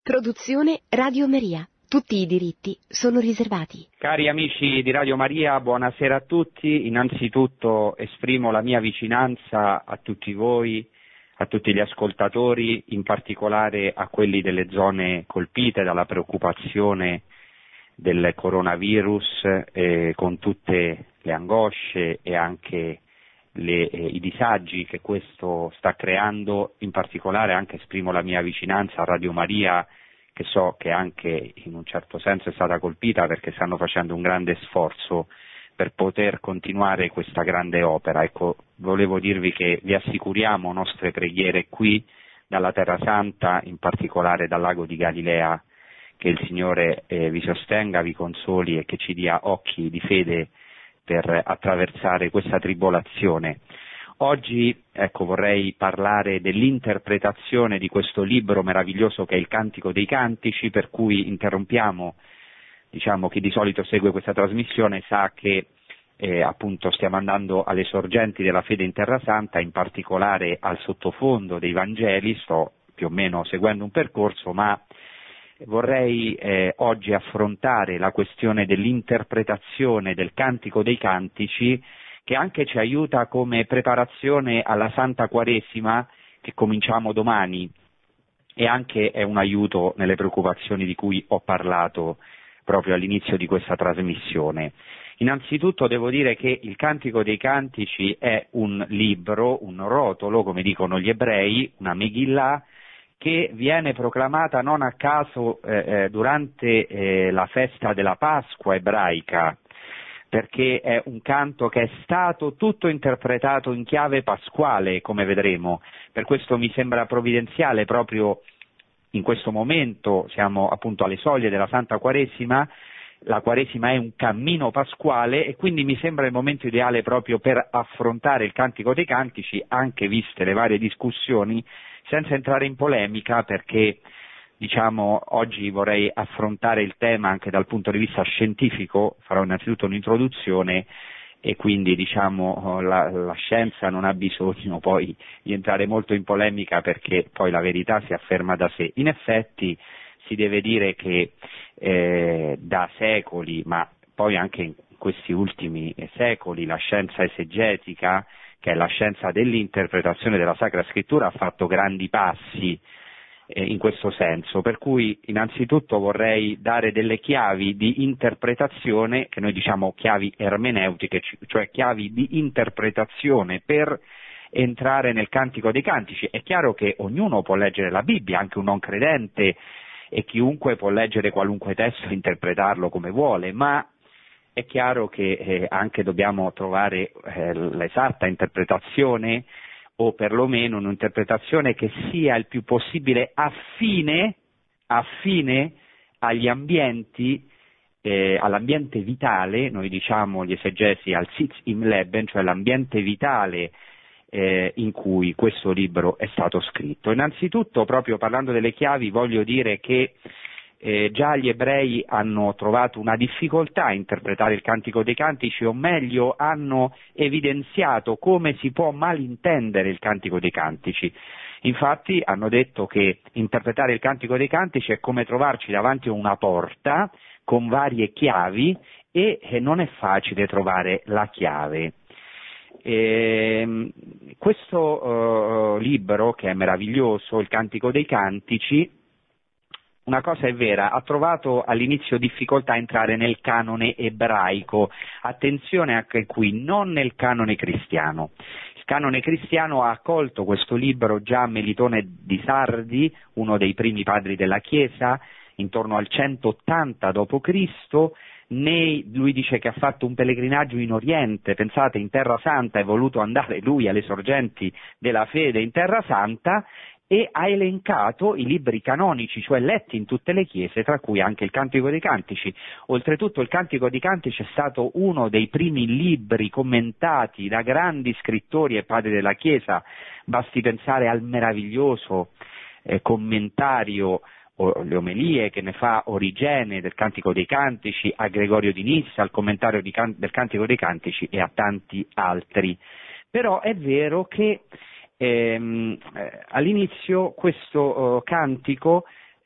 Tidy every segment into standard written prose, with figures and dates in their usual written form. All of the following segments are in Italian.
Produzione Radio Maria. Tutti i diritti sono riservati. Cari amici di Radio Maria, buonasera a tutti. Innanzitutto esprimo la mia vicinanza a tutti voi, a tutti gli ascoltatori, in particolare a quelli delle zone colpite dalla preoccupazione del coronavirus, con tutte le angosce e anche i disagi che questo sta creando. In particolare anche esprimo la mia vicinanza a Radio Maria, che so che anche in un certo senso è stata colpita, perché stanno facendo un grande sforzo per poter continuare questa grande opera. Ecco, volevo dirvi che vi assicuriamo nostre preghiere qui dalla Terra Santa, in particolare dal lago di Galilea, che il Signore vi sostenga, vi consoli e che ci dia occhi di fede per attraversare questa tribolazione. Oggi, vorrei parlare dell'interpretazione di questo libro meraviglioso che è il Cantico dei Cantici, per cui interrompiamo, chi di solito segue questa trasmissione sa che appunto stiamo andando alle sorgenti della fede in Terra Santa, in particolare al sottofondo dei Vangeli. Sto più o meno seguendo un percorso, ma vorrei oggi affrontare la questione dell'interpretazione del Cantico dei Cantici, che anche ci aiuta come preparazione alla Santa Quaresima, che cominciamo domani, e anche è un aiuto nelle preoccupazioni di cui ho parlato proprio all'inizio di questa trasmissione. Innanzitutto devo dire che il Cantico dei Cantici è un libro, un rotolo, come dicono gli ebrei, una Megillah, che viene proclamata non a caso durante la festa della Pasqua ebraica, perché è un canto che è stato tutto interpretato in chiave pasquale, come vedremo. Per questo mi sembra provvidenziale proprio in questo momento, siamo appunto alle soglie della Santa Quaresima, la Quaresima è un cammino pasquale e quindi mi sembra il momento ideale proprio per affrontare il Cantico dei Cantici, anche viste le varie discussioni, senza entrare in polemica, perché oggi vorrei affrontare il tema anche dal punto di vista scientifico. Farò innanzitutto un'introduzione e quindi la scienza non ha bisogno poi di entrare molto in polemica, perché poi la verità si afferma da sé. In effetti si deve dire che da secoli, ma poi anche in questi ultimi secoli, la scienza esegetica, che è la scienza dell'interpretazione della Sacra Scrittura, ha fatto grandi passi in questo senso, per cui innanzitutto vorrei dare delle chiavi di interpretazione, che noi diciamo chiavi ermeneutiche, cioè chiavi di interpretazione per entrare nel Cantico dei Cantici. È chiaro che ognuno può leggere la Bibbia, anche un non credente, e chiunque può leggere qualunque testo e interpretarlo come vuole, ma è chiaro che anche dobbiamo trovare l'esatta interpretazione, o perlomeno un'interpretazione che sia il più possibile affine agli ambienti, all'ambiente vitale, noi diciamo gli esegesi al Sitz im Leben, cioè l'ambiente vitale in cui questo libro è stato scritto. Innanzitutto, proprio parlando delle chiavi, voglio dire che già gli ebrei hanno trovato una difficoltà a interpretare il Cantico dei Cantici, o meglio hanno evidenziato come si può malintendere il Cantico dei Cantici. Infatti hanno detto che interpretare il Cantico dei Cantici è come trovarci davanti a una porta con varie chiavi e non è facile trovare la chiave. Questo libro, che è meraviglioso, il Cantico dei Cantici, una cosa è vera, ha trovato all'inizio difficoltà a entrare nel canone ebraico. Attenzione anche qui, non nel canone cristiano. Il canone cristiano ha accolto questo libro già a Melitone di Sardi, uno dei primi padri della Chiesa, intorno al 180 d.C. Lui dice che ha fatto un pellegrinaggio in Oriente, pensate, in Terra Santa, è voluto andare lui alle sorgenti della fede in Terra Santa, e ha elencato i libri canonici, cioè letti in tutte le chiese, tra cui anche il Cantico dei Cantici. Oltretutto il Cantico dei Cantici è stato uno dei primi libri commentati da grandi scrittori e padri della Chiesa. Basti pensare al meraviglioso commentario, le omelie che ne fa Origene del Cantico dei Cantici, a Gregorio di Nissa, al commentario del Cantico dei Cantici e a tanti altri. Però è vero che all'inizio questo cantico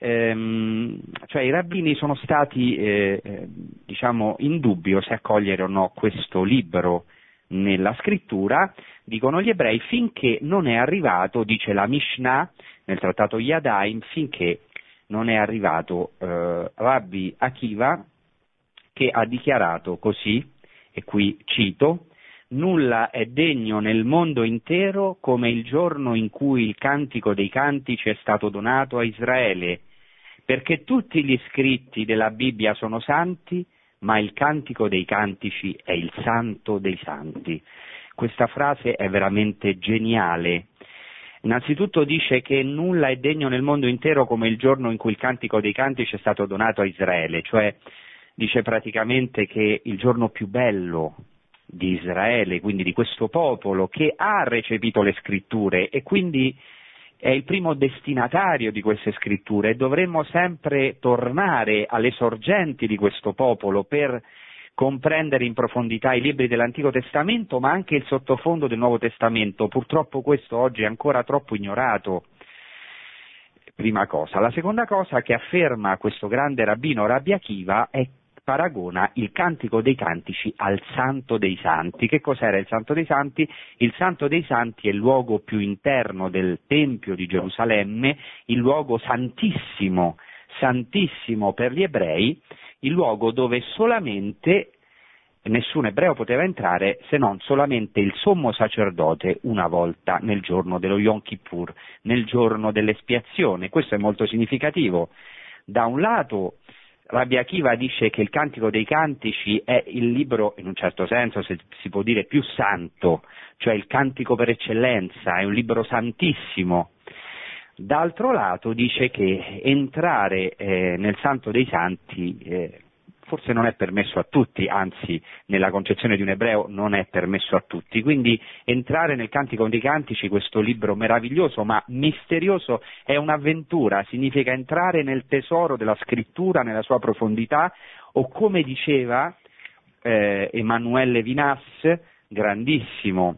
cioè i rabbini sono stati diciamo in dubbio se accogliere o no questo libro nella scrittura, dicono gli ebrei, finché non è arrivato, dice la Mishnah nel trattato Yadaim, finché non è arrivato Rabbi Akiva, che ha dichiarato così, e qui cito: nulla è degno nel mondo intero come il giorno in cui il cantico dei cantici è stato donato a Israele, perché tutti gli scritti della Bibbia sono santi, ma il cantico dei cantici è il santo dei santi. Questa frase è veramente geniale. Innanzitutto dice che nulla è degno nel mondo intero come il giorno in cui il cantico dei cantici è stato donato a Israele, cioè dice praticamente che il giorno più bello di Israele, quindi di questo popolo che ha recepito le scritture e quindi è il primo destinatario di queste scritture, e dovremmo sempre tornare alle sorgenti di questo popolo per comprendere in profondità i libri dell'Antico Testamento, ma anche il sottofondo del Nuovo Testamento. Purtroppo questo oggi è ancora troppo ignorato. Prima cosa. La seconda cosa che afferma questo grande rabbino Rabbi Akiva è paragona il cantico dei cantici al santo dei santi. Che cos'era il santo dei santi? Il santo dei santi è il luogo più interno del Tempio di Gerusalemme, il luogo santissimo, santissimo per gli ebrei, il luogo dove solamente nessun ebreo poteva entrare se non solamente il sommo sacerdote una volta nel giorno dello Yom Kippur, nel giorno dell'espiazione. Questo è molto significativo. Da un lato Rabbi Akiva dice che il Cantico dei Cantici è il libro, in un certo senso se si può dire, più santo, cioè il cantico per eccellenza, è un libro santissimo. D'altro lato dice che entrare nel Santo dei Santi forse non è permesso a tutti, anzi nella concezione di un ebreo non è permesso a tutti, quindi entrare nel Cantico dei Cantici, questo libro meraviglioso ma misterioso, è un'avventura, significa entrare nel tesoro della scrittura, nella sua profondità, o come diceva Emanuele Levinas, grandissimo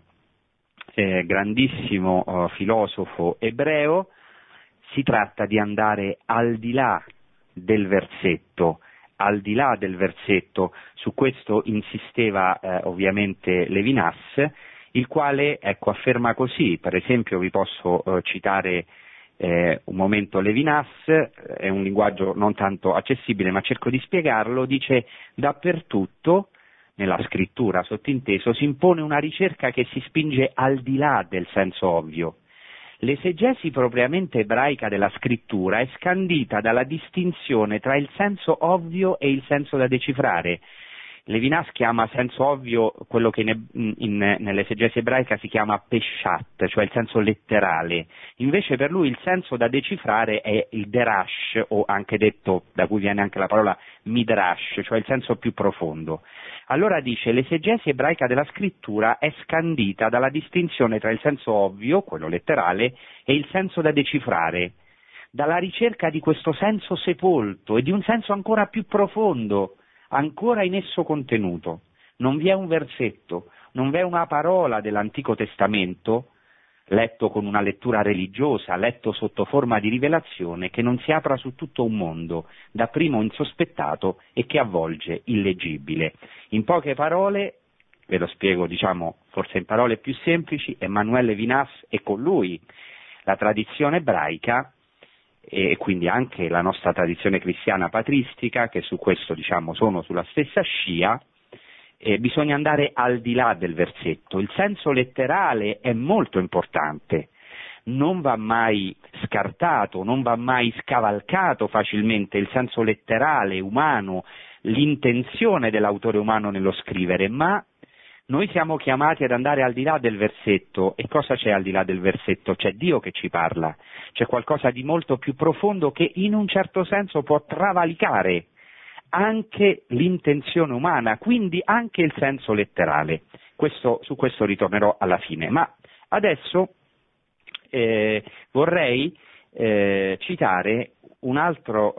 filosofo ebreo, si tratta di andare al di là del versetto, al di là del versetto. Su questo insisteva ovviamente Levinas, il quale afferma così. Per esempio vi posso citare un momento Levinas, è un linguaggio non tanto accessibile ma cerco di spiegarlo. Dice: dappertutto nella scrittura, sottinteso, si impone una ricerca che si spinge al di là del senso ovvio. L'esegesi propriamente ebraica della scrittura è scandita dalla distinzione tra il senso ovvio e il senso da decifrare. Levinas chiama senso ovvio quello che nell'esegesi ebraica si chiama peshat, cioè il senso letterale. Invece per lui il senso da decifrare è il derash, o anche detto, da cui viene anche la parola midrash, cioè il senso più profondo. Allora dice: l'esegesi ebraica della scrittura è scandita dalla distinzione tra il senso ovvio, quello letterale, e il senso da decifrare, dalla ricerca di questo senso sepolto e di un senso ancora più profondo, ancora in esso contenuto. Non vi è un versetto, non vi è una parola dell'Antico Testamento, letto con una lettura religiosa, letto sotto forma di rivelazione, che non si apra su tutto un mondo, da primo insospettato e che avvolge illeggibile. In poche parole, ve lo spiego forse in parole più semplici, Emanuele Levinas e con lui la tradizione ebraica, e quindi anche la nostra tradizione cristiana patristica, che su questo sono sulla stessa scia. Bisogna andare al di là del versetto. Il senso letterale è molto importante, non va mai scartato, non va mai scavalcato facilmente il senso letterale, umano, l'intenzione dell'autore umano nello scrivere, ma noi siamo chiamati ad andare al di là del versetto. E cosa c'è al di là del versetto? C'è Dio che ci parla, c'è qualcosa di molto più profondo che in un certo senso può travalicare anche l'intenzione umana, quindi anche il senso letterale. Su questo ritornerò alla fine, ma adesso vorrei citare un altro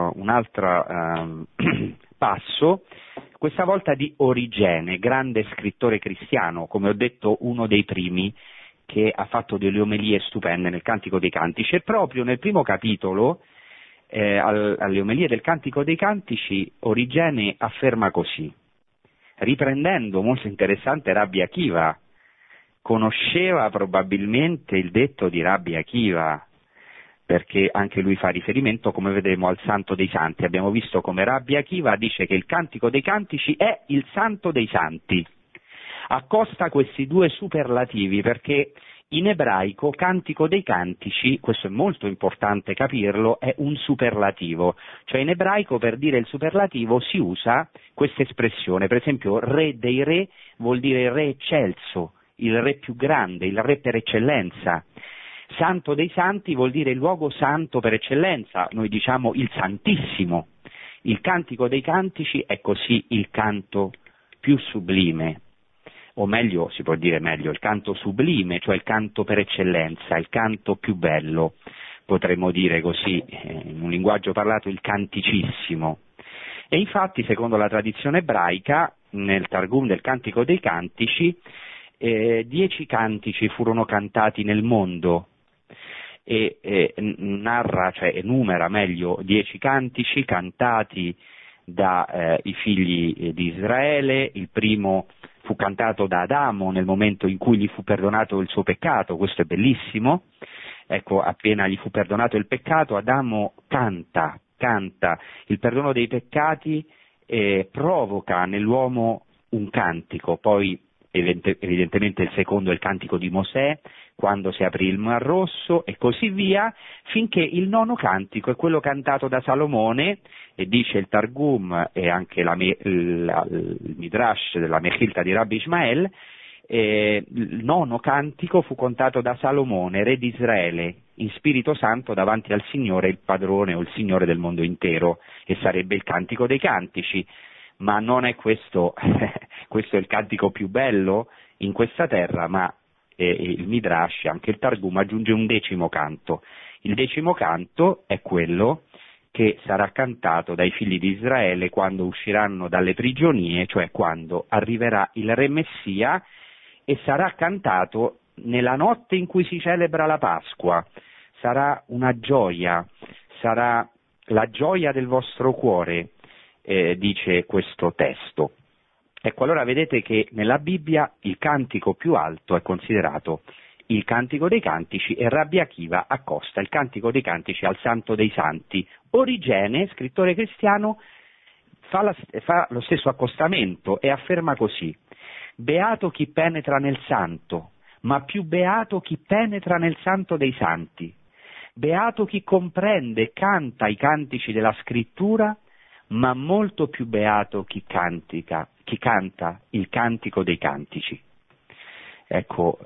passo, questa volta di Origene, grande scrittore cristiano, come ho detto uno dei primi, che ha fatto delle omelie stupende nel Cantico dei Cantici, e proprio nel primo capitolo alle omelie del Cantico dei Cantici, Origene afferma così, riprendendo, molto interessante, Rabbi Akiva. Conosceva probabilmente il detto di Rabbi Akiva, perché anche lui fa riferimento, come vedremo, al Santo dei Santi. Abbiamo visto come Rabbi Akiva dice che il Cantico dei Cantici è il Santo dei Santi. Accosta questi due superlativi perché in ebraico Cantico dei Cantici, questo è molto importante capirlo, è un superlativo. Cioè in ebraico per dire il superlativo si usa questa espressione, per esempio Re dei Re vuol dire Re eccelso, il Re più grande, il Re per eccellenza. Santo dei Santi vuol dire il luogo santo per eccellenza, noi diciamo il Santissimo. Il Cantico dei Cantici è così il canto più sublime, o meglio, si può dire meglio, il canto sublime, cioè il canto per eccellenza, il canto più bello, potremmo dire così, in un linguaggio parlato il canticissimo. E infatti, secondo la tradizione ebraica, nel Targum del Cantico dei Cantici, 10 cantici furono cantati nel mondo, e narra, cioè enumera meglio 10 cantici cantati dai figli di Israele. Il primo fu cantato da Adamo nel momento in cui gli fu perdonato il suo peccato, questo è bellissimo. Ecco, appena gli fu perdonato il peccato, Adamo canta il perdono dei peccati, provoca nell'uomo un cantico. Poi evidentemente il secondo è il cantico di Mosè, quando si aprì il Mar Rosso e così via, finché il nono cantico è quello cantato da Salomone, e dice il Targum e anche il Midrash della Mechilta di Rabbi Ishmael, il nono cantico fu cantato da Salomone, re di Israele, in Spirito Santo davanti al Signore, il padrone o il Signore del mondo intero, e sarebbe il Cantico dei Cantici. Ma non è questo, questo è il cantico più bello in questa terra, ma il Midrash, anche il Targum, aggiunge un 10° canto. Il 10° canto è quello che sarà cantato dai figli di Israele quando usciranno dalle prigionie, cioè quando arriverà il Re Messia, e sarà cantato nella notte in cui si celebra la Pasqua. Sarà una gioia, sarà la gioia del vostro cuore, dice questo testo. Ecco, allora vedete che nella Bibbia il cantico più alto è considerato il Cantico dei Cantici, e Rabbi Akiva accosta il Cantico dei Cantici al Santo dei Santi. Origene, scrittore cristiano, fa lo stesso accostamento e afferma così: beato chi penetra nel Santo, ma più beato chi penetra nel Santo dei Santi. Beato chi comprende e canta i cantici della Scrittura, ma molto più beato chi canta il Cantico dei Cantici. Ecco,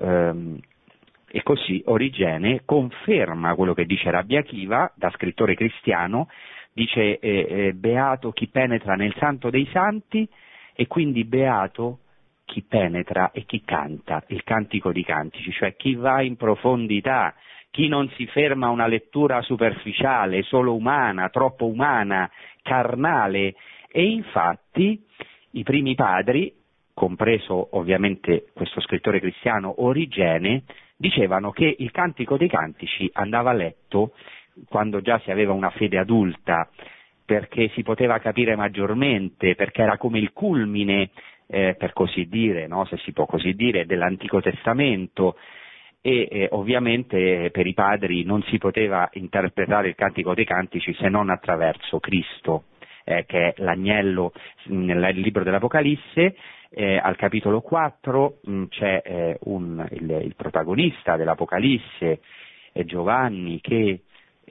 e così Origene conferma quello che dice Rabbi Akiva, da scrittore cristiano, dice beato chi penetra nel Santo dei Santi, e quindi beato chi penetra e chi canta il Cantico dei Cantici, cioè chi va in profondità, chi non si ferma a una lettura superficiale, solo umana, troppo umana, carnale. E infatti i primi padri, compreso ovviamente questo scrittore cristiano Origene, dicevano che il Cantico dei Cantici andava letto quando già si aveva una fede adulta, perché si poteva capire maggiormente, perché era come il culmine, per così dire, no? Se si può così dire, dell'Antico Testamento. E ovviamente per i padri non si poteva interpretare il Cantico dei Cantici se non attraverso Cristo, che è l'agnello. Nel libro dell'Apocalisse, al capitolo 4, c'è il protagonista dell'Apocalisse, Giovanni, che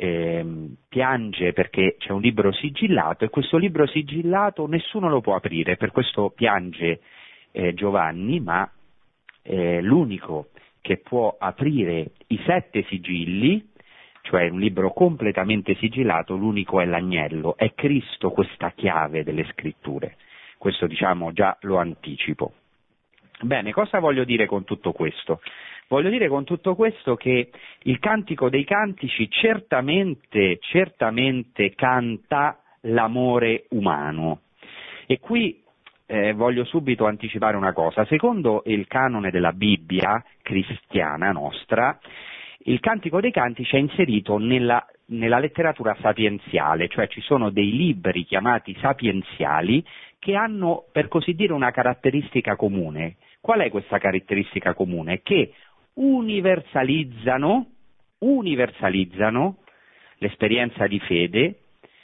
piange perché c'è un libro sigillato, e questo libro sigillato nessuno lo può aprire, per questo piange Giovanni, ma l'unico che può aprire i 7 sigilli, cioè un libro completamente sigillato, l'unico è l'agnello, è Cristo questa chiave delle Scritture. Questo diciamo già lo anticipo. Bene, cosa voglio dire con tutto questo? Voglio dire con tutto questo che il Cantico dei Cantici certamente canta l'amore umano. E qui voglio subito anticipare una cosa. Secondo il canone della Bibbia cristiana nostra, il Cantico dei Cantici è inserito nella nella letteratura sapienziale, cioè ci sono dei libri chiamati sapienziali che hanno, per così dire, una caratteristica comune. Qual è questa caratteristica comune? Che universalizzano l'esperienza di fede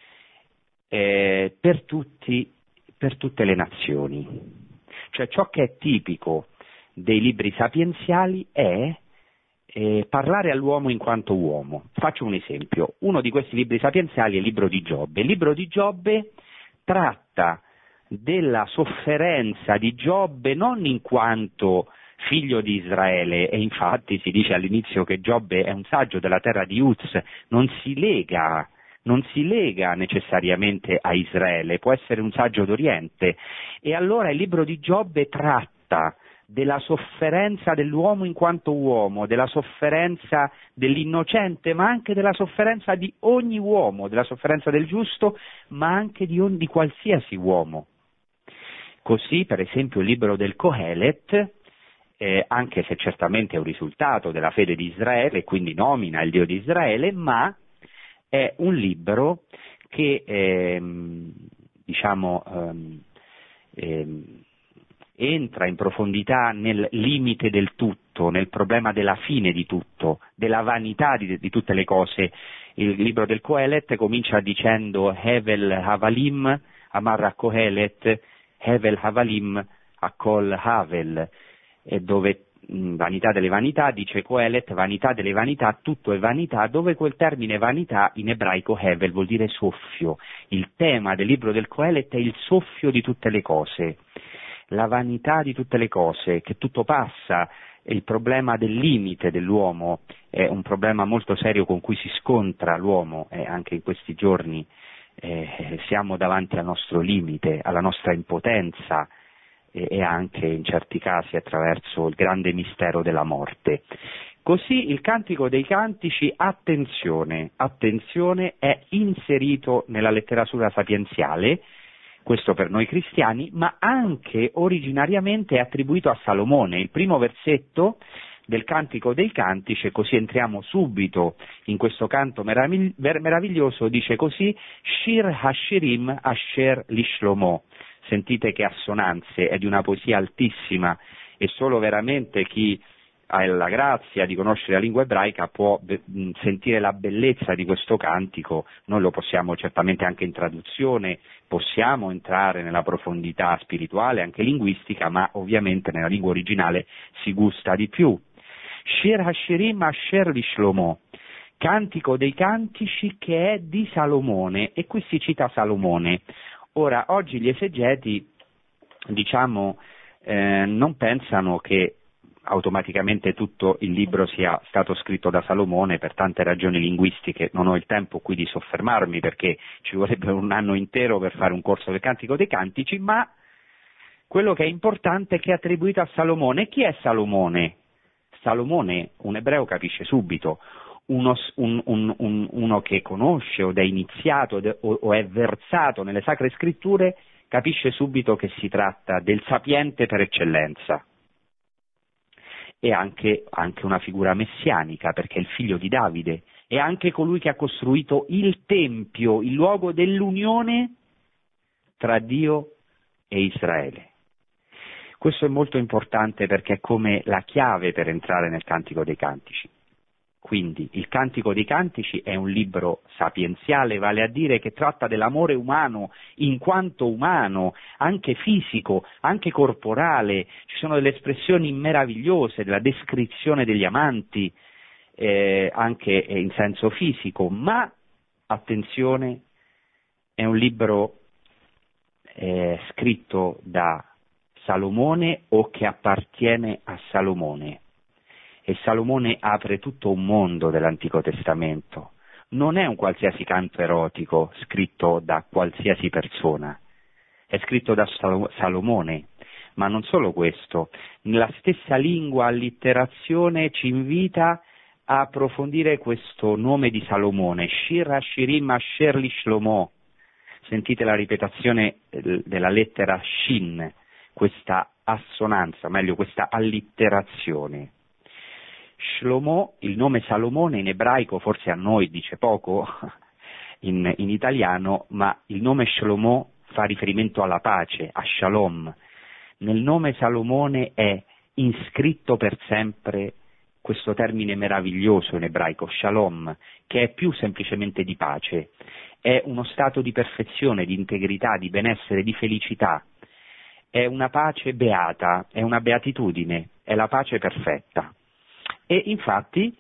per tutte le nazioni. Cioè ciò che è tipico dei libri sapienziali è parlare all'uomo in quanto uomo. Faccio un esempio. Uno di questi libri sapienziali è il libro di Giobbe. Il libro di Giobbe tratta della sofferenza di Giobbe non in quanto figlio di Israele, e infatti si dice all'inizio che Giobbe è un saggio della terra di Uz, non si lega necessariamente a Israele, può essere un saggio d'Oriente. E allora il libro di Giobbe tratta della sofferenza dell'uomo in quanto uomo, della sofferenza dell'innocente, ma anche della sofferenza di ogni uomo, della sofferenza del giusto, ma anche di qualsiasi uomo. Così, per esempio, il libro del Coelet, anche se certamente è un risultato della fede di Israele, quindi nomina il Dio di Israele, ma è un libro che entra in profondità nel limite del tutto, nel problema della fine di tutto, della vanità di tutte le cose. Il libro del Coelet comincia dicendo Hevel Havalim Amarra Coelet, Hevel Havalim Akol Havel, dove vanità delle vanità, dice Coelet, vanità delle vanità, tutto è vanità, dove quel termine vanità in ebraico Hevel vuol dire soffio. Il tema del libro del Coelet è il soffio di tutte le cose, la vanità di tutte le cose, che tutto passa. Il problema del limite dell'uomo è un problema molto serio con cui si scontra l'uomo, anche in questi giorni siamo davanti al nostro limite, alla nostra impotenza, e anche in certi casi attraverso il grande mistero della morte. Così il Cantico dei Cantici, attenzione, è inserito nella letteratura sapienziale, questo per noi cristiani, ma anche originariamente è attribuito a Salomone. Il primo versetto del Cantico dei Cantici, così entriamo subito in questo canto meraviglioso, dice così: Shir Hashirim Asher Lishlomo. Sentite che assonanze, è di una poesia altissima, e solo veramente chi ha la grazia di conoscere la lingua ebraica può sentire la bellezza di questo cantico. Noi lo possiamo certamente anche in traduzione, possiamo entrare nella profondità spirituale, anche linguistica, ma ovviamente nella lingua originale si gusta di più. Shir Hashirim Asher Lishlomo, Cantico dei Cantici che è di Salomone, e qui si cita Salomone. Ora, oggi gli esegeti, non pensano che automaticamente tutto il libro sia stato scritto da Salomone per tante ragioni linguistiche. Non ho il tempo qui di soffermarmi, perché ci vorrebbe un anno intero per fare un corso del Cantico dei Cantici, ma quello che è importante è che è attribuito a Salomone. Chi è Salomone? Salomone, un ebreo capisce subito. Uno che conosce o è iniziato o è versato nelle sacre scritture capisce subito che si tratta del sapiente per eccellenza, e anche una figura messianica, perché è il figlio di Davide, è anche colui che ha costruito il Tempio, il luogo dell'unione tra Dio e Israele. Questo è molto importante, perché è come la chiave per entrare nel Cantico dei Cantici. Quindi il Cantico dei Cantici è un libro sapienziale, vale a dire che tratta dell'amore umano in quanto umano, anche fisico, anche corporale. Ci sono delle espressioni meravigliose della descrizione degli amanti, anche in senso fisico, ma attenzione, è un libro scritto da Salomone o che appartiene a Salomone. E Salomone apre tutto un mondo dell'Antico Testamento. Non è un qualsiasi canto erotico scritto da qualsiasi persona, è scritto da Salomone. Ma non solo questo, nella stessa lingua, allitterazione ci invita a approfondire questo nome di Salomone, Shir Hashirim Asher Lishlomo. Sentite la ripetizione della lettera Shin, questa assonanza, meglio questa allitterazione. Shlomo, il nome Salomone in ebraico forse a noi dice poco in italiano, ma il nome Shlomo fa riferimento alla pace, a Shalom. Nel nome Salomone è iscritto per sempre questo termine meraviglioso in ebraico, Shalom, che è più semplicemente di pace, è uno stato di perfezione, di integrità, di benessere, di felicità. È una pace beata, è una beatitudine, è la pace perfetta. E infatti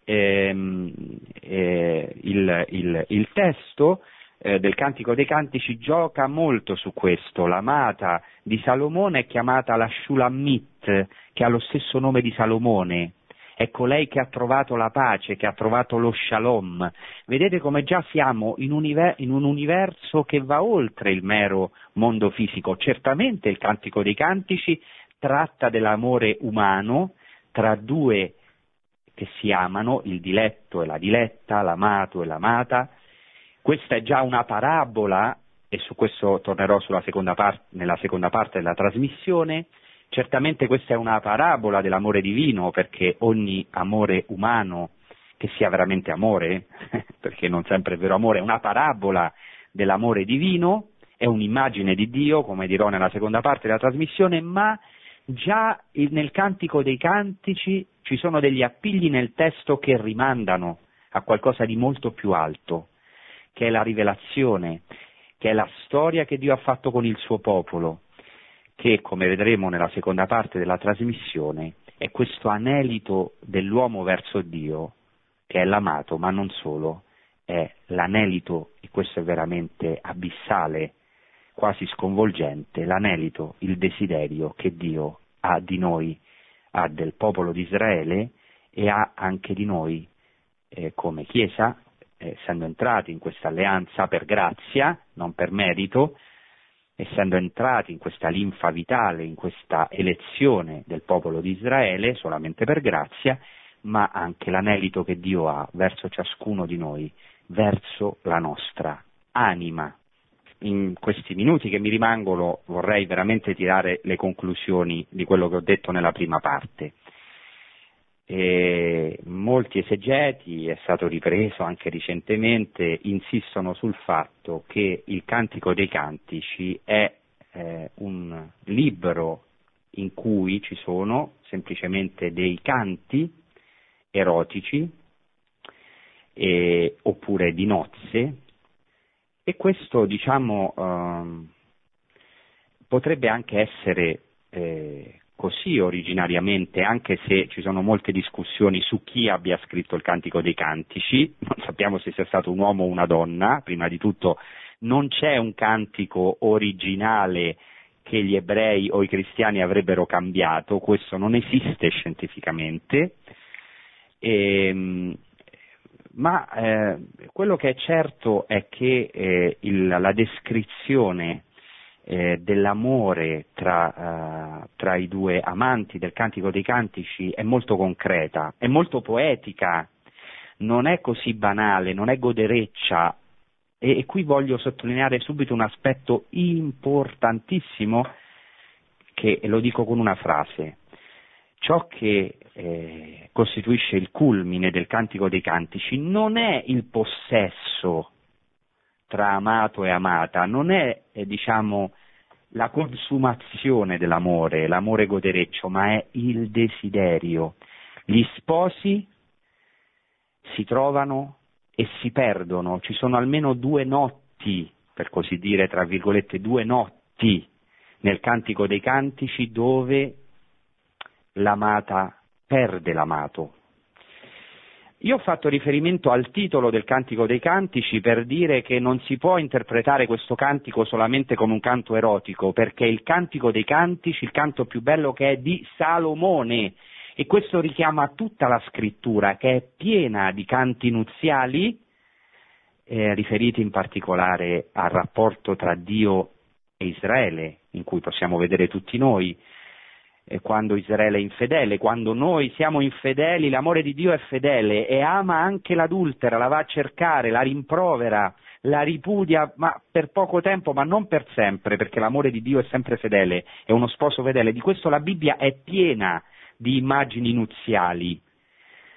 il testo del Cantico dei Cantici gioca molto su questo. L'amata di Salomone è chiamata la Shulamit, che ha lo stesso nome di Salomone. È colei che ha trovato la pace, che ha trovato lo Shalom. Vedete come già siamo in un universo che va oltre il mero mondo fisico. Certamente il Cantico dei Cantici tratta dell'amore umano tra due che si amano, il diletto e la diletta, l'amato e l'amata. Questa è già una parabola, e su questo tornerò nella seconda parte della trasmissione. Certamente questa è una parabola dell'amore divino, perché ogni amore umano, che sia veramente amore, perché non sempre è vero amore, è una parabola dell'amore divino, è un'immagine di Dio, come dirò nella seconda parte della trasmissione, ma già nel Cantico dei Cantici ci sono degli appigli nel testo che rimandano a qualcosa di molto più alto, che è la rivelazione, che è la storia che Dio ha fatto con il suo popolo, che, come vedremo nella seconda parte della trasmissione, è questo anelito dell'uomo verso Dio, che è l'amato, ma non solo, è l'anelito, e questo è veramente abissale, quasi sconvolgente, l'anelito, il desiderio che Dio ha di noi, ha del popolo di Israele e ha anche di noi come Chiesa, essendo entrati in questa alleanza per grazia, non per merito, essendo entrati in questa linfa vitale, in questa elezione del popolo di Israele, solamente per grazia, ma anche l'anelito che Dio ha verso ciascuno di noi, verso la nostra anima. In questi minuti che mi rimangono vorrei veramente tirare le conclusioni di quello che ho detto nella prima parte. Molti esegeti, è stato ripreso anche recentemente, insistono sul fatto che il Cantico dei Cantici è un libro in cui ci sono semplicemente dei canti erotici oppure di nozze, e questo, potrebbe anche essere così originariamente, anche se ci sono molte discussioni su chi abbia scritto il Cantico dei Cantici. Non sappiamo se sia stato un uomo o una donna. Prima di tutto non c'è un cantico originale che gli ebrei o i cristiani avrebbero cambiato, questo non esiste scientificamente, ma quello che è certo è che la descrizione dell'amore tra i due amanti del Cantico dei Cantici è molto concreta, è molto poetica, non è così banale, non è godereccia, e qui voglio sottolineare subito un aspetto importantissimo, che lo dico con una frase: ciò che costituisce il culmine del Cantico dei Cantici non è il possesso tra amato e amata, non è la consumazione dell'amore, l'amore godereccio, ma è il desiderio. Gli sposi si trovano e si perdono, ci sono almeno due notti, per così dire, tra virgolette, due notti nel Cantico dei Cantici dove l'amata perde l'amato. Io ho fatto riferimento al titolo del Cantico dei Cantici per dire che non si può interpretare questo cantico solamente come un canto erotico, perché il Cantico dei Cantici, il canto più bello, che è di Salomone, e questo richiama tutta la scrittura, che è piena di canti nuziali, riferiti in particolare al rapporto tra Dio e Israele, in cui possiamo vedere tutti noi, quando Israele è infedele, quando noi siamo infedeli, l'amore di Dio è fedele e ama anche l'adultera, la va a cercare, la rimprovera, la ripudia, ma per poco tempo, ma non per sempre, perché l'amore di Dio è sempre fedele, è uno sposo fedele. Di questo la Bibbia è piena di immagini nuziali.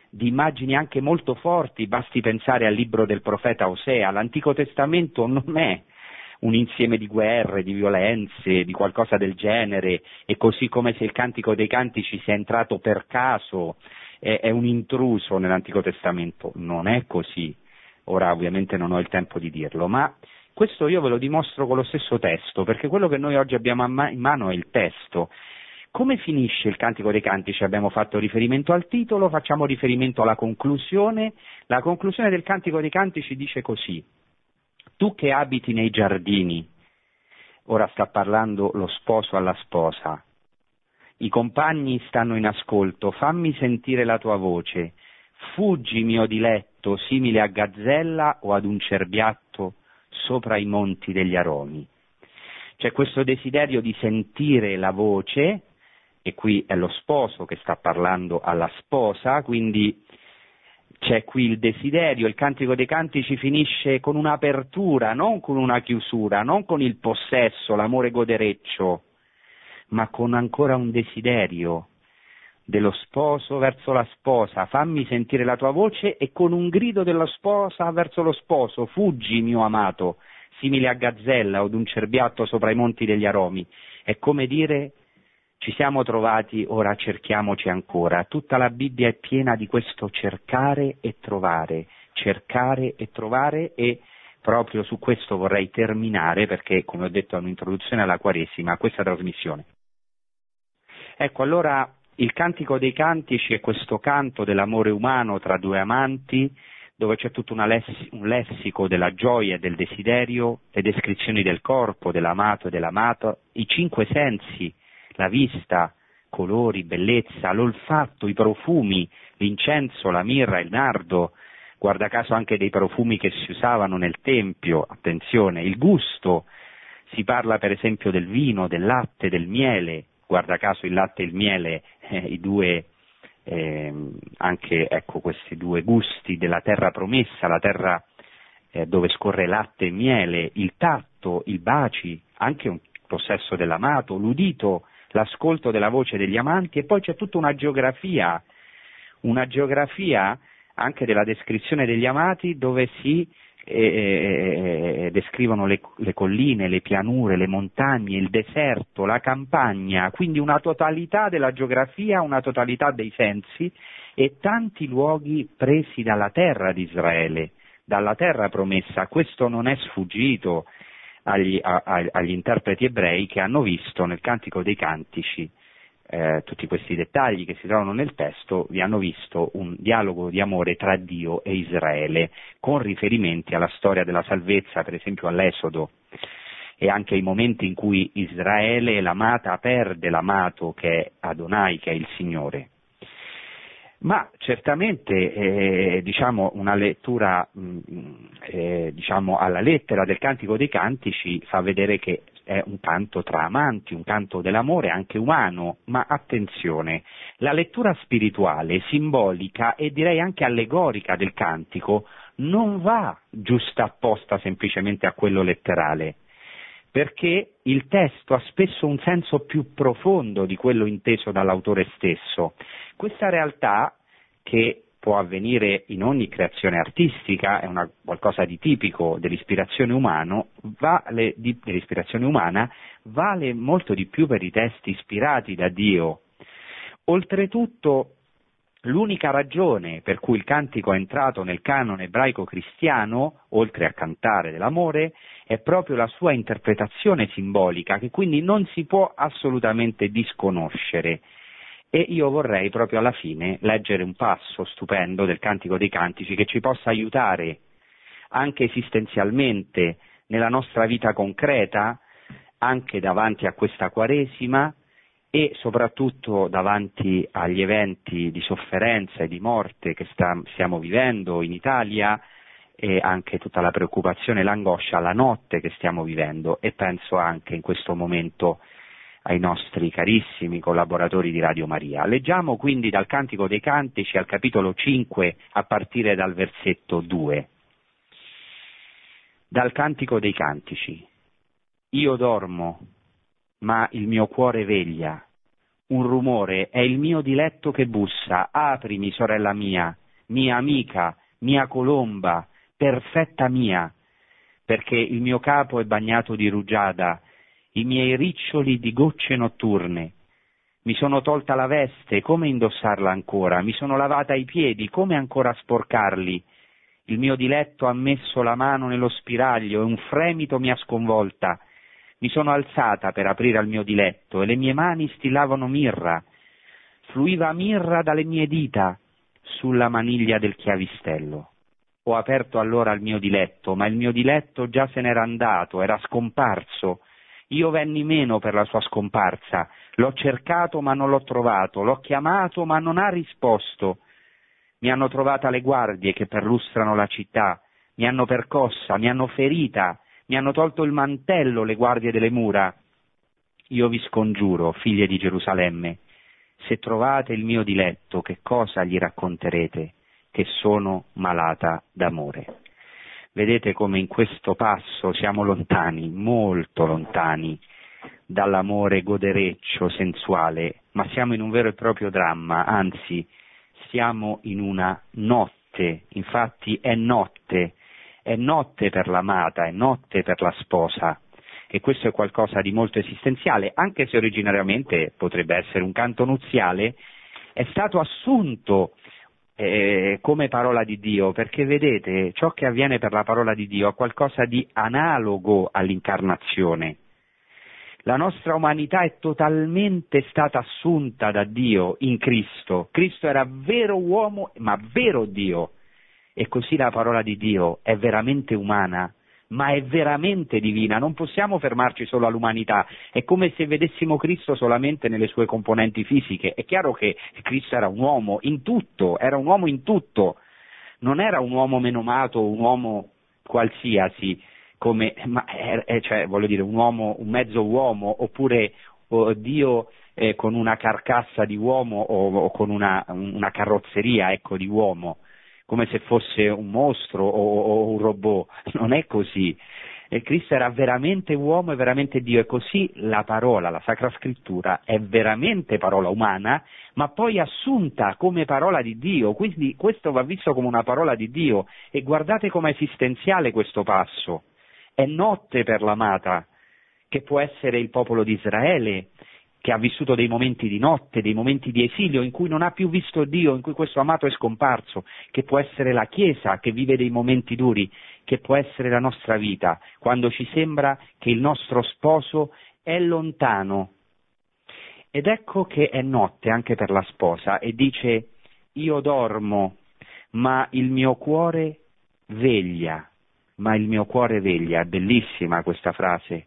di immagini anche molto forti, basti pensare al libro del profeta Osea. L'Antico Testamento non è un insieme di guerre, di violenze, di qualcosa del genere, e così come se il Cantico dei Cantici sia entrato per caso, è un intruso nell'Antico Testamento. Non è così. Ora ovviamente non ho il tempo di dirlo, ma questo io ve lo dimostro con lo stesso testo, perché quello che noi oggi abbiamo in mano è il testo. Come finisce il Cantico dei Cantici? Abbiamo fatto riferimento al titolo, facciamo riferimento alla conclusione. La conclusione del Cantico dei Cantici dice così: tu che abiti nei giardini, ora sta parlando lo sposo alla sposa, i compagni stanno in ascolto, fammi sentire la tua voce, fuggi mio diletto simile a gazzella o ad un cerbiatto sopra i monti degli aromi. C'è questo desiderio di sentire la voce, e qui è lo sposo che sta parlando alla sposa, quindi c'è qui il desiderio. Il Cantico dei Cantici finisce con un'apertura, non con una chiusura, non con il possesso, l'amore godereccio, ma con ancora un desiderio dello sposo verso la sposa, fammi sentire la tua voce, e con un grido della sposa verso lo sposo, fuggi mio amato, simile a gazzella o ad un cerbiatto sopra i monti degli aromi. È come dire: ci siamo trovati, ora cerchiamoci ancora. Tutta la Bibbia è piena di questo cercare e trovare, e proprio su questo vorrei terminare, perché, come ho detto, è un'introduzione alla Quaresima, a questa trasmissione. Ecco, allora il Cantico dei Cantici è questo canto dell'amore umano tra due amanti, dove c'è tutto un lessico della gioia e del desiderio, le descrizioni del corpo, dell'amato e dell'amato, i 5 sensi, la vista, colori, bellezza, l'olfatto, i profumi, l'incenso, la mirra, il nardo, guarda caso anche dei profumi che si usavano nel Tempio, attenzione, il gusto, si parla per esempio del vino, del latte, del miele, guarda caso il latte e il miele, i due, anche ecco questi due gusti della terra promessa, la terra dove scorre latte e miele, il tatto, i baci, anche un possesso dell'amato, l'udito, l'ascolto della voce degli amanti, e poi c'è tutta una geografia anche della descrizione degli amati, dove si descrivono le colline, le pianure, le montagne, il deserto, la campagna, quindi una totalità della geografia, una totalità dei sensi, e tanti luoghi presi dalla terra di Israele, dalla terra promessa. Questo non è sfuggito agli interpreti ebrei, che hanno visto nel Cantico dei Cantici tutti questi dettagli che si trovano nel testo, vi hanno visto un dialogo di amore tra Dio e Israele, con riferimenti alla storia della salvezza, per esempio all'Esodo, e anche ai momenti in cui Israele, l'amata, perde l'amato che è Adonai, che è il Signore. Ma certamente una lettura alla lettera del Cantico dei Cantici fa vedere che è un canto tra amanti, un canto dell'amore anche umano, ma attenzione, la lettura spirituale, simbolica e direi anche allegorica del cantico non va giustapposta semplicemente a quello letterale, perché il testo ha spesso un senso più profondo di quello inteso dall'autore stesso. Questa realtà, che può avvenire in ogni creazione artistica, è qualcosa di tipico dell'ispirazione umana, vale molto di più per i testi ispirati da Dio. Oltretutto, l'unica ragione per cui il cantico è entrato nel canone ebraico cristiano, oltre a cantare dell'amore, è proprio la sua interpretazione simbolica, che quindi non si può assolutamente disconoscere. E io vorrei proprio alla fine leggere un passo stupendo del Cantico dei Cantici che ci possa aiutare anche esistenzialmente nella nostra vita concreta, anche davanti a questa Quaresima e soprattutto davanti agli eventi di sofferenza e di morte che stiamo vivendo in Italia, e anche tutta la preoccupazione e l'angoscia, la notte che stiamo vivendo, e penso anche in questo momento ai nostri carissimi collaboratori di Radio Maria. Leggiamo quindi dal Cantico dei Cantici al capitolo 5 a partire dal versetto 2. Dal Cantico dei Cantici: io dormo, ma il mio cuore veglia, un rumore, è il mio diletto che bussa, aprimi, sorella mia amica, mia colomba, perfetta mia, perché il mio capo è bagnato di rugiada, i miei riccioli di gocce notturne. Mi sono tolta la veste, come indossarla ancora? Mi sono lavata i piedi, come ancora sporcarli? Il mio diletto ha messo la mano nello spiraglio e un fremito mi ha sconvolta. Mi sono alzata per aprire al mio diletto e le mie mani stillavano mirra. Fluiva mirra dalle mie dita sulla maniglia del chiavistello. Ho aperto allora il mio diletto, ma il mio diletto già se n'era andato, era scomparso. Io venni meno per la sua scomparsa. L'ho cercato ma non l'ho trovato, l'ho chiamato ma non ha risposto. Mi hanno trovata le guardie che perlustrano la città, mi hanno percossa, mi hanno ferita, mi hanno tolto il mantello le guardie delle mura. Io vi scongiuro, figlie di Gerusalemme, se trovate il mio diletto, che cosa gli racconterete? Che sono malata d'amore. Vedete come in questo passo siamo lontani, molto lontani, dall'amore godereccio, sensuale, ma siamo in un vero e proprio dramma, anzi, siamo in una notte, infatti è notte per l'amata, è notte per la sposa, e questo è qualcosa di molto esistenziale, anche se originariamente potrebbe essere un canto nuziale, è stato assunto come parola di Dio, perché vedete, ciò che avviene per la parola di Dio è qualcosa di analogo all'incarnazione. La nostra umanità è totalmente stata assunta da Dio in Cristo. Cristo era vero uomo, ma vero Dio. E così la parola di Dio è veramente umana, ma è veramente divina. Non possiamo fermarci solo all'umanità. È come se vedessimo Cristo solamente nelle sue componenti fisiche. È chiaro che Cristo era un uomo in tutto, era un uomo in tutto. Non era un uomo menomato, un uomo qualsiasi, voglio dire, un uomo, un mezzo uomo, oppure Dio con una carcassa di uomo o con una carrozzeria, ecco, di uomo, come se fosse un mostro o un robot. Non è così. Cristo era veramente uomo e veramente Dio, e così la parola, la Sacra Scrittura, è veramente parola umana, ma poi assunta come parola di Dio, quindi questo va visto come una parola di Dio, e guardate com'è esistenziale questo passo. È notte per l'amata, che può essere il popolo di Israele, che ha vissuto dei momenti di notte, dei momenti di esilio in cui non ha più visto Dio, in cui questo amato è scomparso, che può essere la Chiesa che vive dei momenti duri, che può essere la nostra vita, quando ci sembra che il nostro sposo è lontano. Ed ecco che è notte anche per la sposa, e dice: io dormo, ma il mio cuore veglia. Ma il mio cuore veglia. È bellissima questa frase,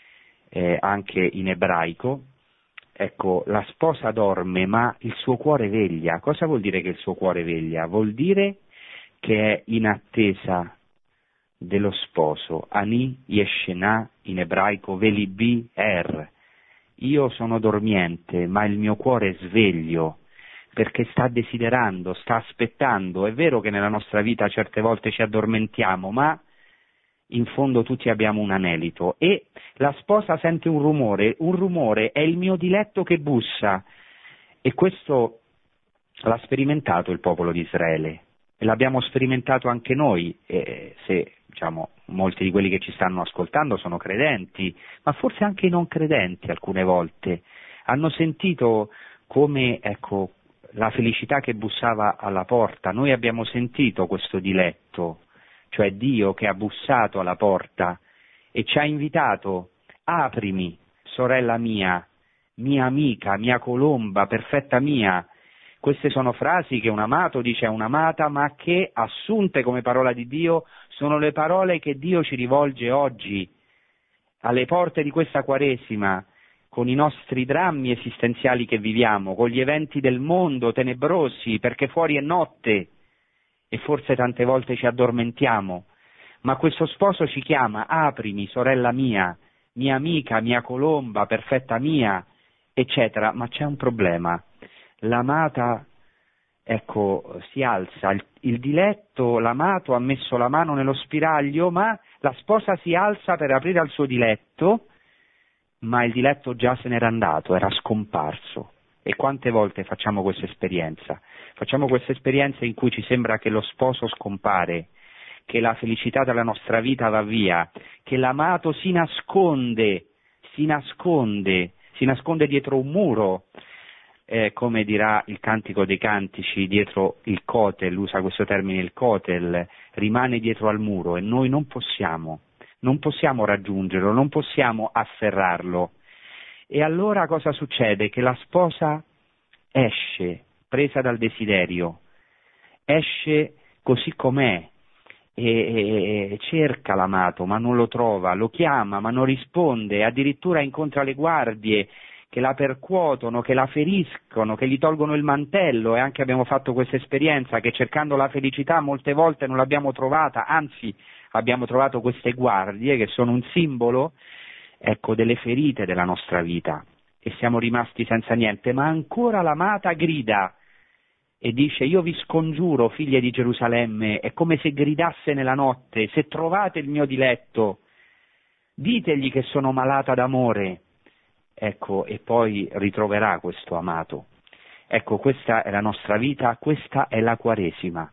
anche in ebraico. Ecco, la sposa dorme, ma il suo cuore veglia. Cosa vuol dire che il suo cuore veglia? Vuol dire che è in attesa dello sposo. Ani yeshena, in ebraico velibi er. Io sono dormiente, ma il mio cuore è sveglio, perché sta desiderando, sta aspettando. È vero che nella nostra vita certe volte ci addormentiamo, ma in fondo tutti abbiamo un anelito, e la sposa sente un rumore, è il mio diletto che bussa, e questo l'ha sperimentato il popolo di Israele, e l'abbiamo sperimentato anche noi, se molti di quelli che ci stanno ascoltando sono credenti, ma forse anche i non credenti alcune volte hanno sentito come, ecco, la felicità che bussava alla porta. Noi abbiamo sentito questo diletto, cioè Dio che ha bussato alla porta e ci ha invitato: aprimi, sorella mia, mia amica, mia colomba, perfetta mia. Queste sono frasi che un amato dice a un'amata, ma che, assunte come parola di Dio, sono le parole che Dio ci rivolge oggi, alle porte di questa Quaresima, con i nostri drammi esistenziali che viviamo, con gli eventi del mondo tenebrosi, perché fuori è notte, e forse tante volte ci addormentiamo, ma questo sposo ci chiama: aprimi, sorella mia amica, mia colomba, perfetta mia, eccetera. Ma c'è un problema: l'amata, ecco, si alza, il diletto, l'amato ha messo la mano nello spiraglio, ma la sposa si alza per aprire al suo diletto, ma il diletto già se n'era andato, era scomparso. E quante volte facciamo questa esperienza? Facciamo questa esperienza in cui ci sembra che lo sposo scompare, che la felicità della nostra vita va via, che l'amato si nasconde dietro un muro, come dirà il Cantico dei Cantici, dietro il kotel, usa questo termine, il kotel, rimane dietro al muro, e noi non possiamo raggiungerlo, non possiamo afferrarlo. E allora cosa succede? Che la sposa esce, presa dal desiderio, esce così com'è, e cerca l'amato ma non lo trova, lo chiama ma non risponde, addirittura incontra le guardie che la percuotono, che la feriscono, che gli tolgono il mantello, e anche abbiamo fatto questa esperienza che cercando la felicità molte volte non l'abbiamo trovata, anzi abbiamo trovato queste guardie che sono un simbolo, ecco, delle ferite della nostra vita, e siamo rimasti senza niente, ma ancora l'amata grida e dice: io vi scongiuro, figlie di Gerusalemme, è come se gridasse nella notte, se trovate il mio diletto, ditegli che sono malata d'amore, ecco, e poi ritroverà questo amato. Ecco, questa è la nostra vita, questa è la Quaresima,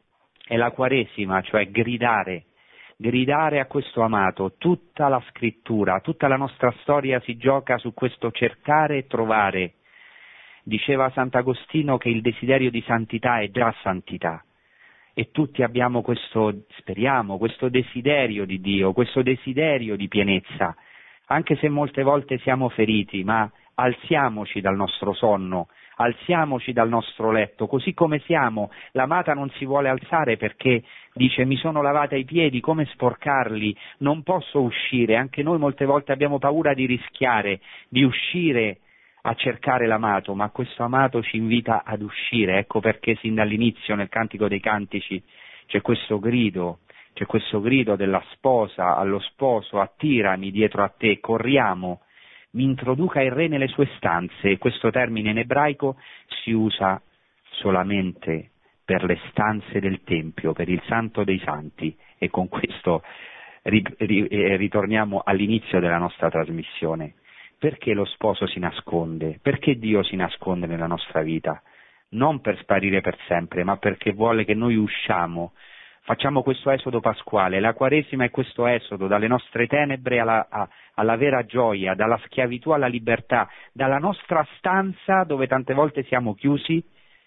cioè gridare a questo amato. Tutta la scrittura, tutta la nostra storia si gioca su questo cercare e trovare. Diceva Sant'Agostino che il desiderio di santità è già santità, e tutti abbiamo speriamo, questo desiderio di Dio, questo desiderio di pienezza, anche se molte volte siamo feriti, ma alziamoci dal nostro sonno, alziamoci dal nostro letto, così come siamo. L'amata non si vuole alzare perché dice: mi sono lavata i piedi, come sporcarli, non posso uscire. Anche noi molte volte abbiamo paura di rischiare, di uscire a cercare l'amato, ma questo amato ci invita ad uscire. Ecco perché sin dall'inizio nel Cantico dei Cantici c'è questo grido della sposa allo sposo: attirami dietro a te, corriamo, mi introduca il re nelle sue stanze. Questo termine in ebraico si usa solamente per le stanze del Tempio, per il Santo dei Santi, e con questo ritorniamo all'inizio della nostra trasmissione. Perché lo sposo si nasconde? Perché Dio si nasconde nella nostra vita? Non per sparire per sempre, ma perché vuole che noi usciamo. Facciamo questo esodo pasquale. La Quaresima è questo esodo dalle nostre tenebre alla vera gioia, dalla schiavitù alla libertà, dalla nostra stanza dove tante volte siamo chiusi,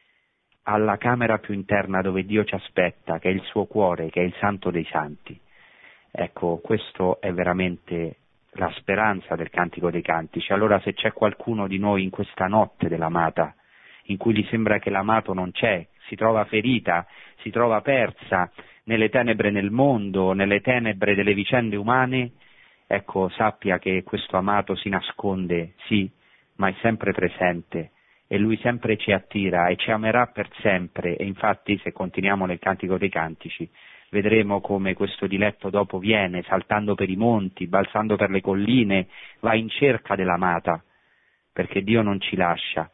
alla camera più interna dove Dio ci aspetta, che è il suo cuore, che è il Santo dei Santi. Ecco, questo è veramente la speranza del Cantico dei Cantici. Allora, se c'è qualcuno di noi in questa notte dell'amata, in cui gli sembra che l'amato non c'è, si trova ferita, si trova persa nelle tenebre del mondo, nelle tenebre delle vicende umane, ecco, sappia che questo amato si nasconde, sì, ma è sempre presente, e lui sempre ci attira e ci amerà per sempre. E infatti, se continuiamo nel Cantico dei Cantici, vedremo come questo diletto dopo viene, saltando per i monti, balzando per le colline, va in cerca dell'amata, perché Dio non ci lascia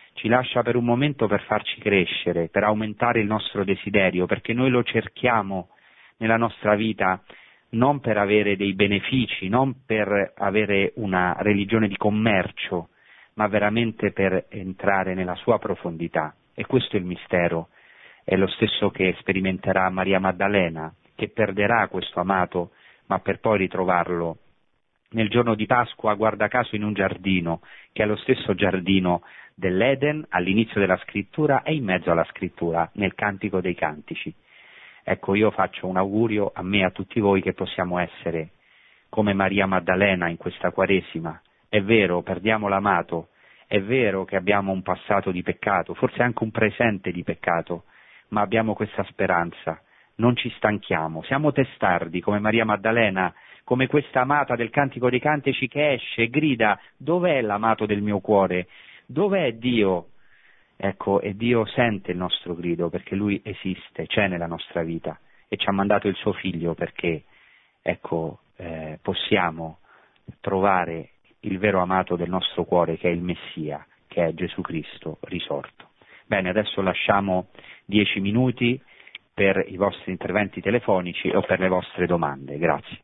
per un momento per farci crescere, per aumentare il nostro desiderio, perché noi lo cerchiamo nella nostra vita non per avere dei benefici, non per avere una religione di commercio, ma veramente per entrare nella sua profondità. E questo è il mistero. È lo stesso che sperimenterà Maria Maddalena, che perderà questo amato, ma per poi ritrovarlo nel giorno di Pasqua, guarda caso, in un giardino, che è lo stesso giardino dell'Eden all'inizio della scrittura e in mezzo alla scrittura, nel Cantico dei Cantici. Ecco, io faccio un augurio a me e a tutti voi che possiamo essere come Maria Maddalena in questa Quaresima. È vero, perdiamo l'amato, è vero che abbiamo un passato di peccato, forse anche un presente di peccato, ma abbiamo questa speranza, non ci stanchiamo, siamo testardi come Maria Maddalena, come questa amata del Cantico dei Cantici che esce e grida: dov'è l'amato del mio cuore? Dov'è Dio? Ecco, e Dio sente il nostro grido perché Lui esiste, c'è nella nostra vita e ci ha mandato il suo Figlio perché, ecco, possiamo trovare il vero amato del nostro cuore, che è il Messia, che è Gesù Cristo risorto. Bene, adesso lasciamo 10 minuti per i vostri interventi telefonici o per le vostre domande. Grazie.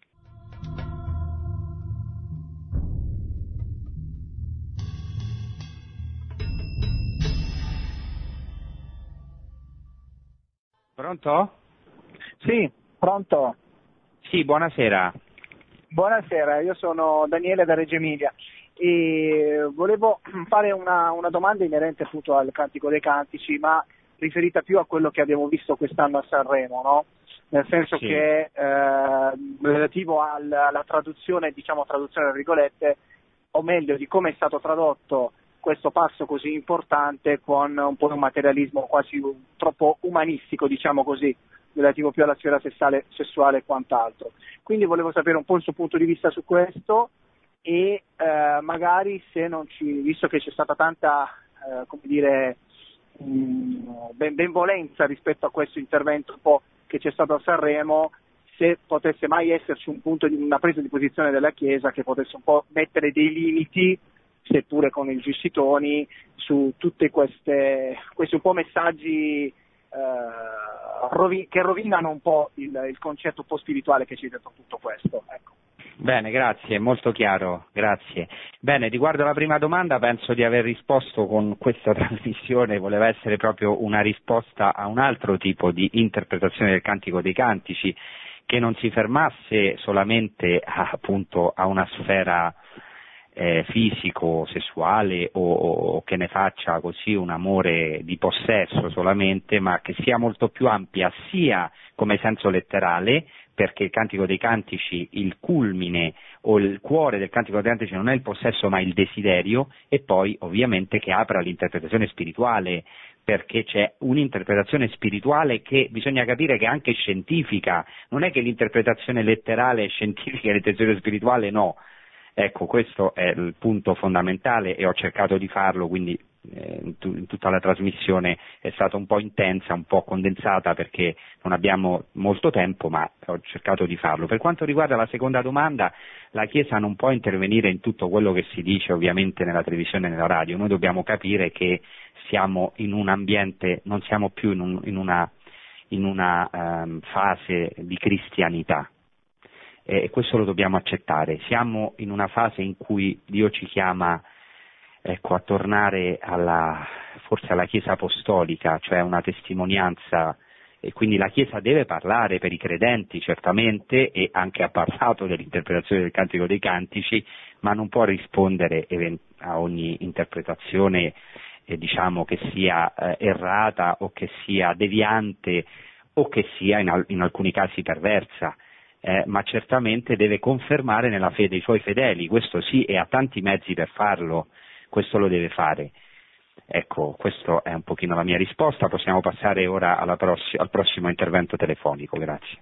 Pronto? Sì, pronto. Sì, buonasera. Buonasera, io sono Daniele da Reggio Emilia e volevo fare una domanda inerente appunto al Cantico dei Cantici, ma riferita più a quello che abbiamo visto quest'anno a Sanremo, no? Nel senso Sì. che relativo alla traduzione, diciamo traduzione tra virgolette, o meglio di come è stato tradotto questo passo così importante con un po' un materialismo quasi troppo umanistico, diciamo così, relativo più alla sfera sessuale e quant'altro. Quindi volevo sapere un po' il suo punto di vista su questo e magari se non visto che c'è stata tanta come dire benvolenza rispetto a questo intervento un po' che c'è stato a Sanremo, se potesse mai esserci una presa di posizione della Chiesa che potesse un po' mettere dei limiti, seppure con i giusti toni, su tutte questi un po' messaggi che rovinano un po' il concetto un po' spirituale che c'è dietro tutto questo. Ecco. Bene, grazie, molto chiaro, grazie. Bene, riguardo alla prima domanda penso di aver risposto con questa trasmissione, voleva essere proprio una risposta a un altro tipo di interpretazione del Cantico dei Cantici, che non si fermasse solamente appunto a una sfera fisico, sessuale o che ne faccia così un amore di possesso solamente, ma che sia molto più ampia sia come senso letterale, perché il Cantico dei Cantici, il culmine o il cuore del Cantico dei Cantici non è il possesso ma il desiderio, e poi ovviamente che apra all'interpretazione spirituale, perché c'è un'interpretazione spirituale che bisogna capire che è anche scientifica, non è che l'interpretazione letterale è scientifica e l'interpretazione spirituale no. Ecco, questo è il punto fondamentale e ho cercato di farlo, quindi in tutta la trasmissione è stata un po' intensa, un po' condensata perché non abbiamo molto tempo, ma ho cercato di farlo. Per quanto riguarda la seconda domanda, la Chiesa non può intervenire in tutto quello che si dice ovviamente nella televisione e nella radio, noi dobbiamo capire che siamo in un ambiente, non siamo più in una fase di cristianità. E questo lo dobbiamo accettare. Siamo in una fase in cui Dio ci chiama a tornare forse alla Chiesa apostolica, cioè una testimonianza, e quindi la Chiesa deve parlare per i credenti certamente, e anche ha parlato dell'interpretazione del Cantico dei Cantici, ma non può rispondere a ogni interpretazione diciamo che sia errata o che sia deviante o che sia in alcuni casi perversa. Ma certamente deve confermare nella fede i suoi fedeli, questo sì, e ha tanti mezzi per farlo, questo lo deve fare. Ecco, questa è un pochino la mia risposta, possiamo passare ora al prossimo intervento telefonico, grazie.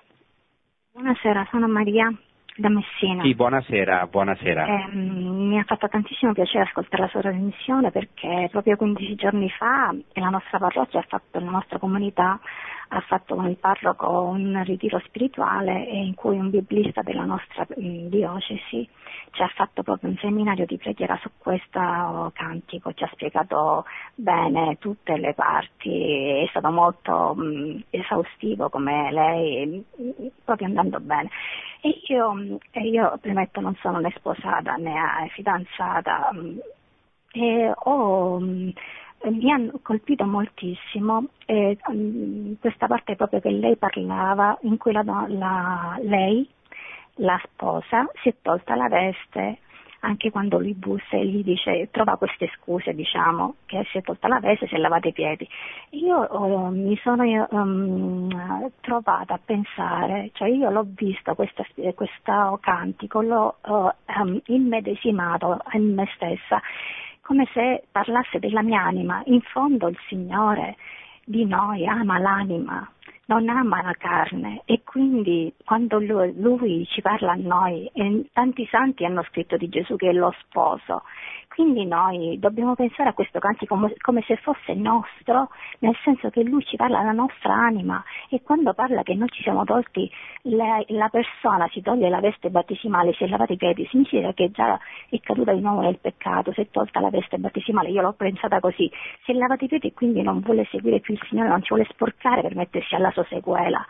Buonasera, sono Maria da Messina. Sì, buonasera. Mi ha fatto tantissimo piacere ascoltare la sua trasmissione perché proprio 15 giorni fa la nostra parrocchia la nostra comunità ha fatto con il parroco un ritiro spirituale in cui un biblista della nostra diocesi ci ha fatto proprio un seminario di preghiera su questo cantico, ci ha spiegato bene tutte le parti, è stato molto esaustivo come lei, proprio andando bene. E io premetto non sono né sposata né fidanzata e mi hanno colpito moltissimo questa parte proprio che lei parlava in cui lei, la sposa, si è tolta la veste anche quando lui bussa e gli dice, trova queste scuse, diciamo, che si è tolta la veste e si è lavata i piedi. Io mi sono trovata a pensare, cioè io l'ho visto questo cantico, l'ho immedesimato in me stessa, come se parlasse della mia anima. In fondo il Signore di noi ama l'anima, non ama la carne, e quindi quando lui ci parla a noi, e tanti santi hanno scritto di Gesù che è lo sposo, quindi noi dobbiamo pensare a questo cantico come se fosse nostro, nel senso che lui ci parla alla nostra anima, e quando parla che noi ci siamo tolti, la persona si toglie la veste battesimale, si è lavato i piedi, significa che già è caduta di nuovo nel peccato, si è tolta la veste battesimale, io l'ho pensata così, si è lavato i piedi e quindi non vuole seguire più il Signore, non ci vuole sporcare per mettersi alla sua sequela.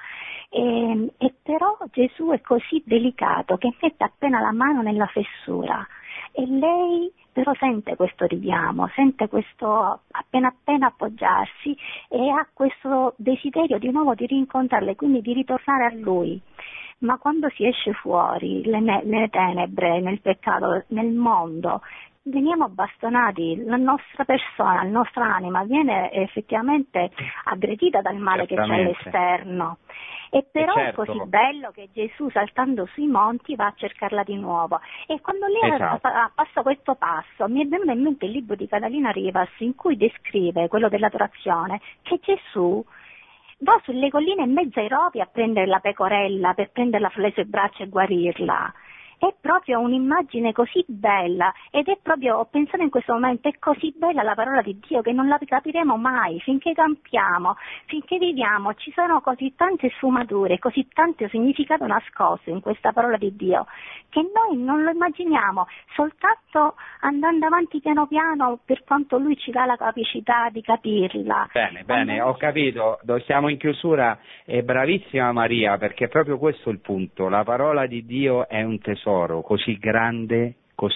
E però Gesù è così delicato che mette appena la mano nella fessura e lei però sente questo richiamo, sente questo appena appoggiarsi e ha questo desiderio di nuovo di rincontrarle, quindi di ritornare a lui. Ma quando si esce fuori, nelle tenebre, nel peccato, nel mondo, veniamo bastonati, la nostra persona, la nostra anima viene effettivamente aggredita dal male che c'è all'esterno. E però certo. È così bello che Gesù, saltando sui monti, va a cercarla di nuovo. E quando lei passa questo passo, mi è venuto in mente il libro di Catalina Rivas, in cui descrive quello dell'adorazione, che Gesù va sulle colline in mezzo ai rovi a prendere la pecorella, per prenderla fra le sue braccia e guarirla. È proprio un'immagine così bella, ed è proprio, ho pensato in questo momento, è così bella la parola di Dio che non la capiremo mai finché campiamo, finché viviamo. Ci sono così tante sfumature, così tanto significato nascosto in questa parola di Dio che noi non lo immaginiamo, soltanto andando avanti piano piano, per quanto Lui ci dà la capacità di capirla. Bene, ho capito, siamo in chiusura, è bravissima Maria, perché è proprio questo il punto, la parola di Dio è un tesoro così grande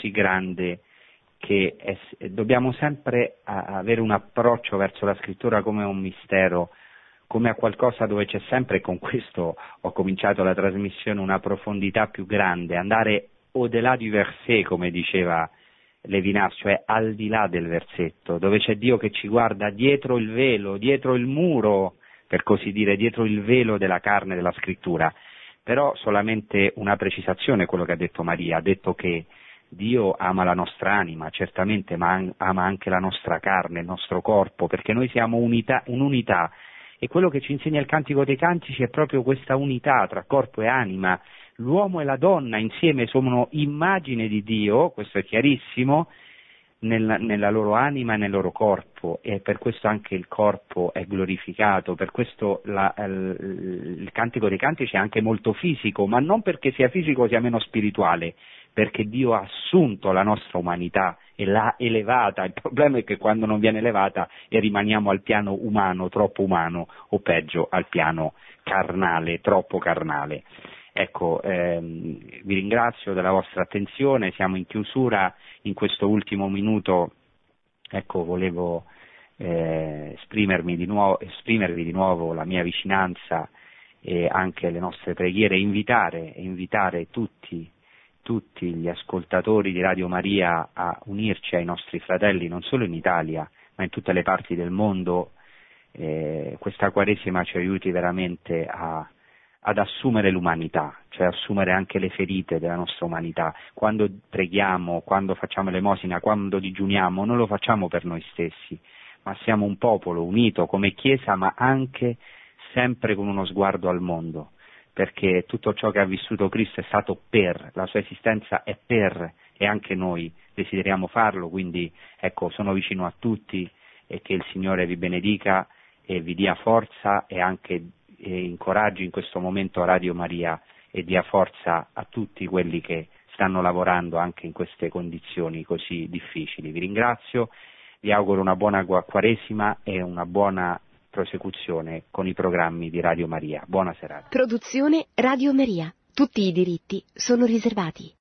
che dobbiamo sempre avere un approccio verso la scrittura come un mistero, come a qualcosa dove c'è sempre, e con questo ho cominciato la trasmissione, una profondità più grande, andare au-delà du verset, come diceva Levinas, cioè al di là del versetto, dove c'è Dio che ci guarda dietro il velo, dietro il muro, per così dire, dietro il velo della carne della scrittura. Però solamente una precisazione, quello che ha detto Maria, ha detto che Dio ama la nostra anima, certamente, ma ama anche la nostra carne, il nostro corpo, perché noi siamo un'unità, e quello che ci insegna il Cantico dei Cantici è proprio questa unità tra corpo e anima. L'uomo e la donna insieme sono immagine di Dio, questo è chiarissimo, nella loro anima e nel loro corpo, e per questo anche il corpo è glorificato, per questo il Cantico dei Cantici è anche molto fisico, ma non perché sia fisico sia meno spirituale, perché Dio ha assunto la nostra umanità e l'ha elevata. Il problema è che quando non viene elevata e rimaniamo al piano umano, troppo umano, o peggio al piano carnale, troppo carnale. Ecco, vi ringrazio della vostra attenzione, siamo in chiusura. In questo ultimo minuto, ecco, volevo esprimervi di nuovo la mia vicinanza e anche le nostre preghiere, invitare tutti gli ascoltatori di Radio Maria a unirci ai nostri fratelli, non solo in Italia, ma in tutte le parti del mondo. Questa Quaresima ci aiuti veramente ad assumere l'umanità, cioè assumere anche le ferite della nostra umanità. Quando preghiamo, quando facciamo l'elemosina, quando digiuniamo, non lo facciamo per noi stessi, ma siamo un popolo unito come Chiesa, ma anche sempre con uno sguardo al mondo, perché tutto ciò che ha vissuto Cristo è stato per, la sua esistenza è per, e anche noi desideriamo farlo. Quindi ecco, sono vicino a tutti, e che il Signore vi benedica e vi dia forza, e anche incoraggi in questo momento Radio Maria, e dia forza a tutti quelli che stanno lavorando anche in queste condizioni così difficili. Vi ringrazio, vi auguro una buona Quaresima e una buona prosecuzione con i programmi di Radio Maria. Buona serata. Produzione Radio Maria. Tutti i diritti sono riservati.